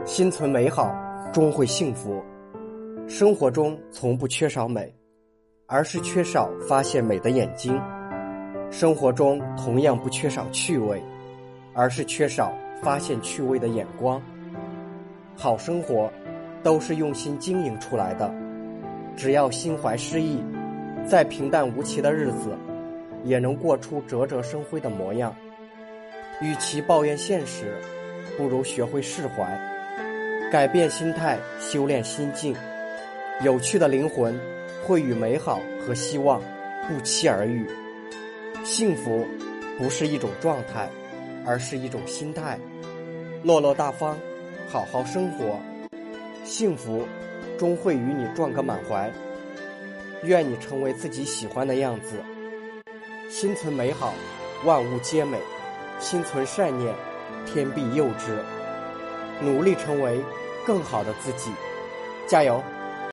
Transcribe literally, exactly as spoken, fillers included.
心存美好，终会幸福。生活中从不缺少美，而是缺少发现美的眼睛。生活中同样不缺少趣味，而是缺少发现趣味的眼光。好生活都是用心经营出来的，只要心怀诗意，再平淡无奇的日子也能过出折折生辉的模样。与其抱怨现实，不如学会释怀，改变心态，修炼心境。有趣的灵魂会与美好和希望不期而遇。幸福不是一种状态，而是一种心态。落落大方，好好生活，幸福终会与你撞个满怀。愿你成为自己喜欢的样子。心存美好，万物皆美；心存善念，天必佑之。努力成为更好的自己，加油！